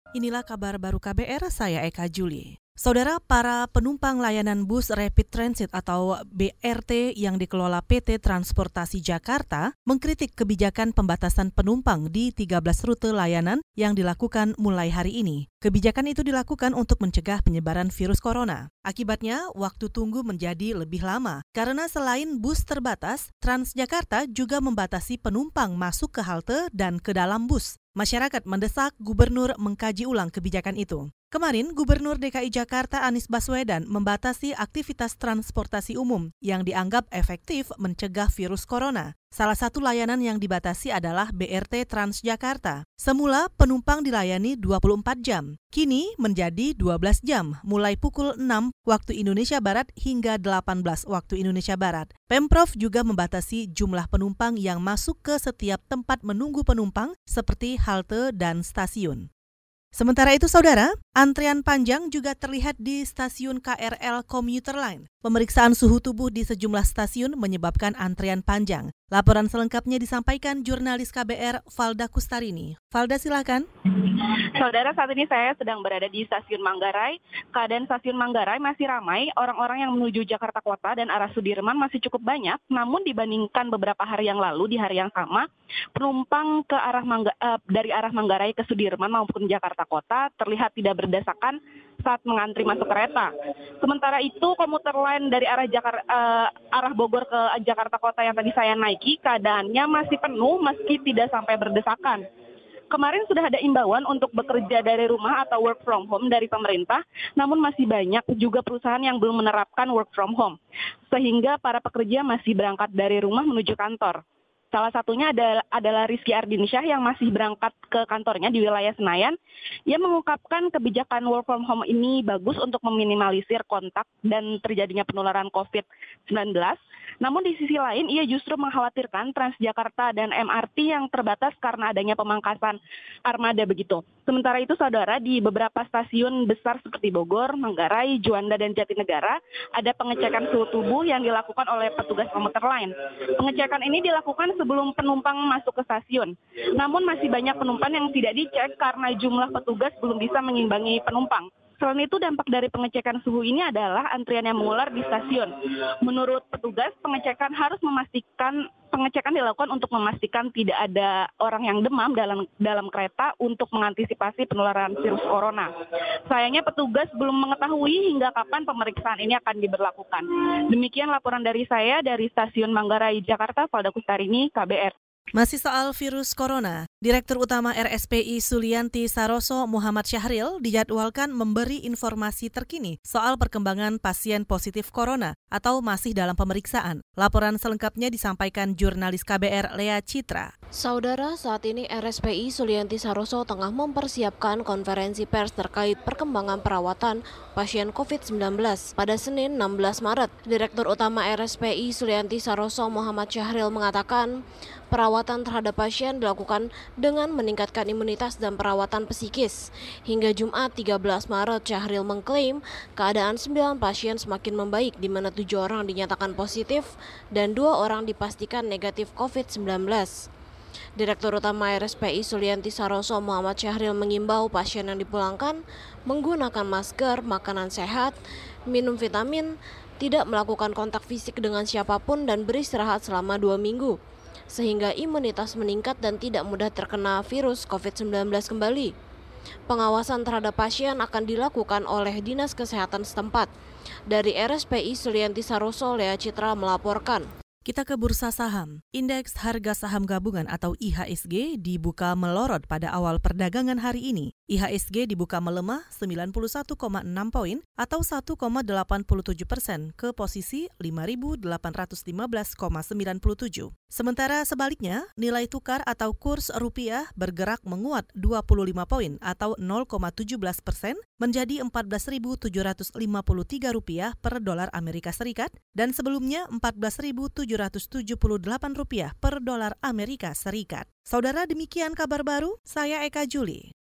Inilah kabar baru KBR, saya Eka Juli. Saudara, para penumpang layanan bus Rapid Transit atau BRT yang dikelola PT Transportasi Jakarta mengkritik kebijakan pembatasan penumpang di 13 rute layanan yang dilakukan mulai hari ini. Kebijakan itu dilakukan untuk mencegah penyebaran virus corona. Akibatnya, waktu tunggu menjadi lebih lama. Karena selain bus terbatas, Transjakarta juga membatasi penumpang masuk ke halte dan ke dalam bus. Masyarakat mendesak gubernur mengkaji ulang kebijakan itu. Kemarin, Gubernur DKI Jakarta Anies Baswedan membatasi aktivitas transportasi umum yang dianggap efektif mencegah virus corona. Salah satu layanan yang dibatasi adalah BRT Transjakarta. Semula penumpang dilayani 24 jam, kini menjadi 12 jam, mulai pukul 6 waktu Indonesia Barat hingga 18 waktu Indonesia Barat. Pemprov juga membatasi jumlah penumpang yang masuk ke setiap tempat menunggu penumpang seperti halte dan stasiun. Sementara itu, saudara, antrian panjang juga terlihat di stasiun KRL Komuter Line. Pemeriksaan suhu tubuh di sejumlah stasiun menyebabkan antrian panjang. Laporan selengkapnya disampaikan jurnalis KBR Valda Kustarini. Valda, silakan. Saudara, saat ini saya sedang berada di Stasiun Manggarai. Keadaan Stasiun Manggarai masih ramai. Orang-orang yang menuju Jakarta Kota dan arah Sudirman masih cukup banyak. Namun dibandingkan beberapa hari yang lalu, di hari yang sama, penumpang ke arah dari arah Manggarai ke Sudirman maupun Jakarta Kota terlihat tidak berdesakan saat mengantri masuk kereta. Sementara itu, komuter lain dari arah Bogor ke Jakarta Kota yang tadi saya naiki, keadaannya masih penuh meski tidak sampai berdesakan. Kemarin sudah ada imbauan untuk bekerja dari rumah atau work from home dari pemerintah, namun masih banyak juga perusahaan yang belum menerapkan work from home, sehingga para pekerja masih berangkat dari rumah menuju kantor. Salah satunya adalah Rizky Ardinsyah yang masih berangkat ke kantornya di wilayah Senayan. Ia mengungkapkan kebijakan work from home ini bagus untuk meminimalisir kontak dan terjadinya penularan COVID-19. Namun di sisi lain, ia justru mengkhawatirkan Transjakarta dan MRT yang terbatas karena adanya pemangkasan armada begitu. Sementara itu, saudara, di beberapa stasiun besar seperti Bogor, Manggarai, Juanda, dan Jatinegara, ada pengecekan suhu tubuh yang dilakukan oleh petugas komuter lain. Pengecekan ini dilakukan sebelum penumpang masuk ke stasiun. Namun masih banyak penumpang yang tidak dicek karena jumlah petugas belum bisa mengimbangi penumpang. Selain itu, dampak dari pengecekan suhu ini adalah antrian yang mengular di stasiun. Menurut petugas, pengecekan dilakukan untuk memastikan tidak ada orang yang demam dalam kereta untuk mengantisipasi penularan virus corona. Sayangnya petugas belum mengetahui hingga kapan pemeriksaan ini akan diberlakukan. Demikian laporan dari saya dari Stasiun Manggarai, Jakarta, Valda Kustarini, KBR. Masih soal virus corona, Direktur Utama RSPI Sulianti Saroso Muhammad Syahril dijadwalkan memberi informasi terkini soal perkembangan pasien positif corona atau masih dalam pemeriksaan. Laporan selengkapnya disampaikan jurnalis KBR Lea Citra. Saudara, saat ini RSPI Sulianti Saroso tengah mempersiapkan konferensi pers terkait perkembangan perawatan pasien COVID-19. Pada Senin 16 Maret, Direktur Utama RSPI Sulianti Saroso Muhammad Syahril mengatakan perawatan terhadap pasien dilakukan dengan meningkatkan imunitas dan perawatan psikis. Hingga Jumat 13 Maret, Syahril mengklaim keadaan 9 pasien semakin membaik, di mana 7 orang dinyatakan positif dan 2 orang dipastikan negatif COVID-19. Direktur Utama RSPI Sulianti Saroso Muhammad Syahril mengimbau pasien yang dipulangkan menggunakan masker, makanan sehat, minum vitamin, tidak melakukan kontak fisik dengan siapapun dan beristirahat selama 2 minggu. Sehingga imunitas meningkat dan tidak mudah terkena virus COVID-19 kembali. Pengawasan terhadap pasien akan dilakukan oleh Dinas Kesehatan setempat. Dari RSPI Sulianti Saroso, Lea Citra melaporkan. Kita ke bursa saham. Indeks harga saham gabungan atau IHSG dibuka melorot pada awal perdagangan hari ini. IHSG dibuka melemah 91,6 poin atau 1,87% ke posisi 5.815,97. Sementara sebaliknya, nilai tukar atau kurs rupiah bergerak menguat 25 poin atau 0,17% menjadi Rp14.753 per dolar Amerika Serikat dan sebelumnya Rp14.778 per dolar Amerika Serikat. Saudara, demikian kabar baru, saya Eka Juli.